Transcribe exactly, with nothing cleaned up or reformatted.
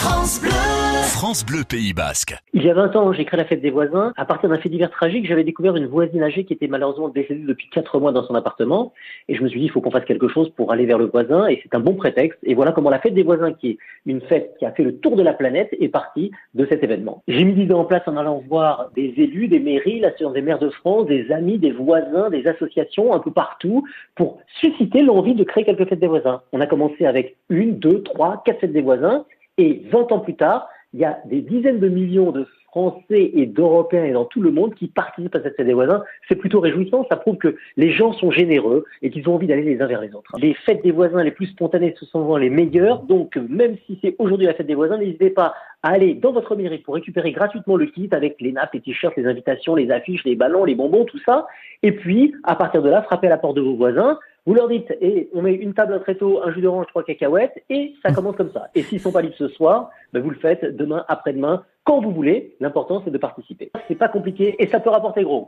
France Bleu. France Bleu Pays Basque. Il y a vingt ans, j'ai créé la fête des voisins. À partir d'un fait divers tragique, j'avais découvert une voisine âgée qui était malheureusement décédée depuis quatre mois dans son appartement. Et je me suis dit, il faut qu'on fasse quelque chose pour aller vers le voisin. Et c'est un bon prétexte. Et voilà comment la fête des voisins, qui est une fête qui a fait le tour de la planète, est partie de cet événement. J'ai mis l'idée en place en allant voir des élus, des mairies, l'Association des maires de France, des amis, des voisins, des associations, un peu partout, pour susciter l'envie de créer quelques fêtes des voisins. On a commencé avec une, deux, trois, quatre fêtes des voisins. Et vingt ans plus tard, il y a des dizaines de millions de Français et d'Européens et dans tout le monde qui participent à cette fête des voisins. C'est plutôt réjouissant, ça prouve que les gens sont généreux et qu'ils ont envie d'aller les uns vers les autres. Les fêtes des voisins les plus spontanées sont souvent les meilleures, donc même si c'est aujourd'hui la fête des voisins, n'hésitez pas à aller dans votre mairie pour récupérer gratuitement le kit avec les nappes, les t-shirts, les invitations, les affiches, les ballons, les bonbons, tout ça. Et puis, à partir de là, frappez à la porte de vos voisins. Vous leur dites, et on met une table, un tréteau, un jus d'orange, trois cacahuètes, et ça commence comme ça. Et s'ils sont pas libres ce soir, ben vous le faites demain, après-demain, quand vous voulez. L'important, c'est de participer. C'est pas compliqué et ça peut rapporter gros.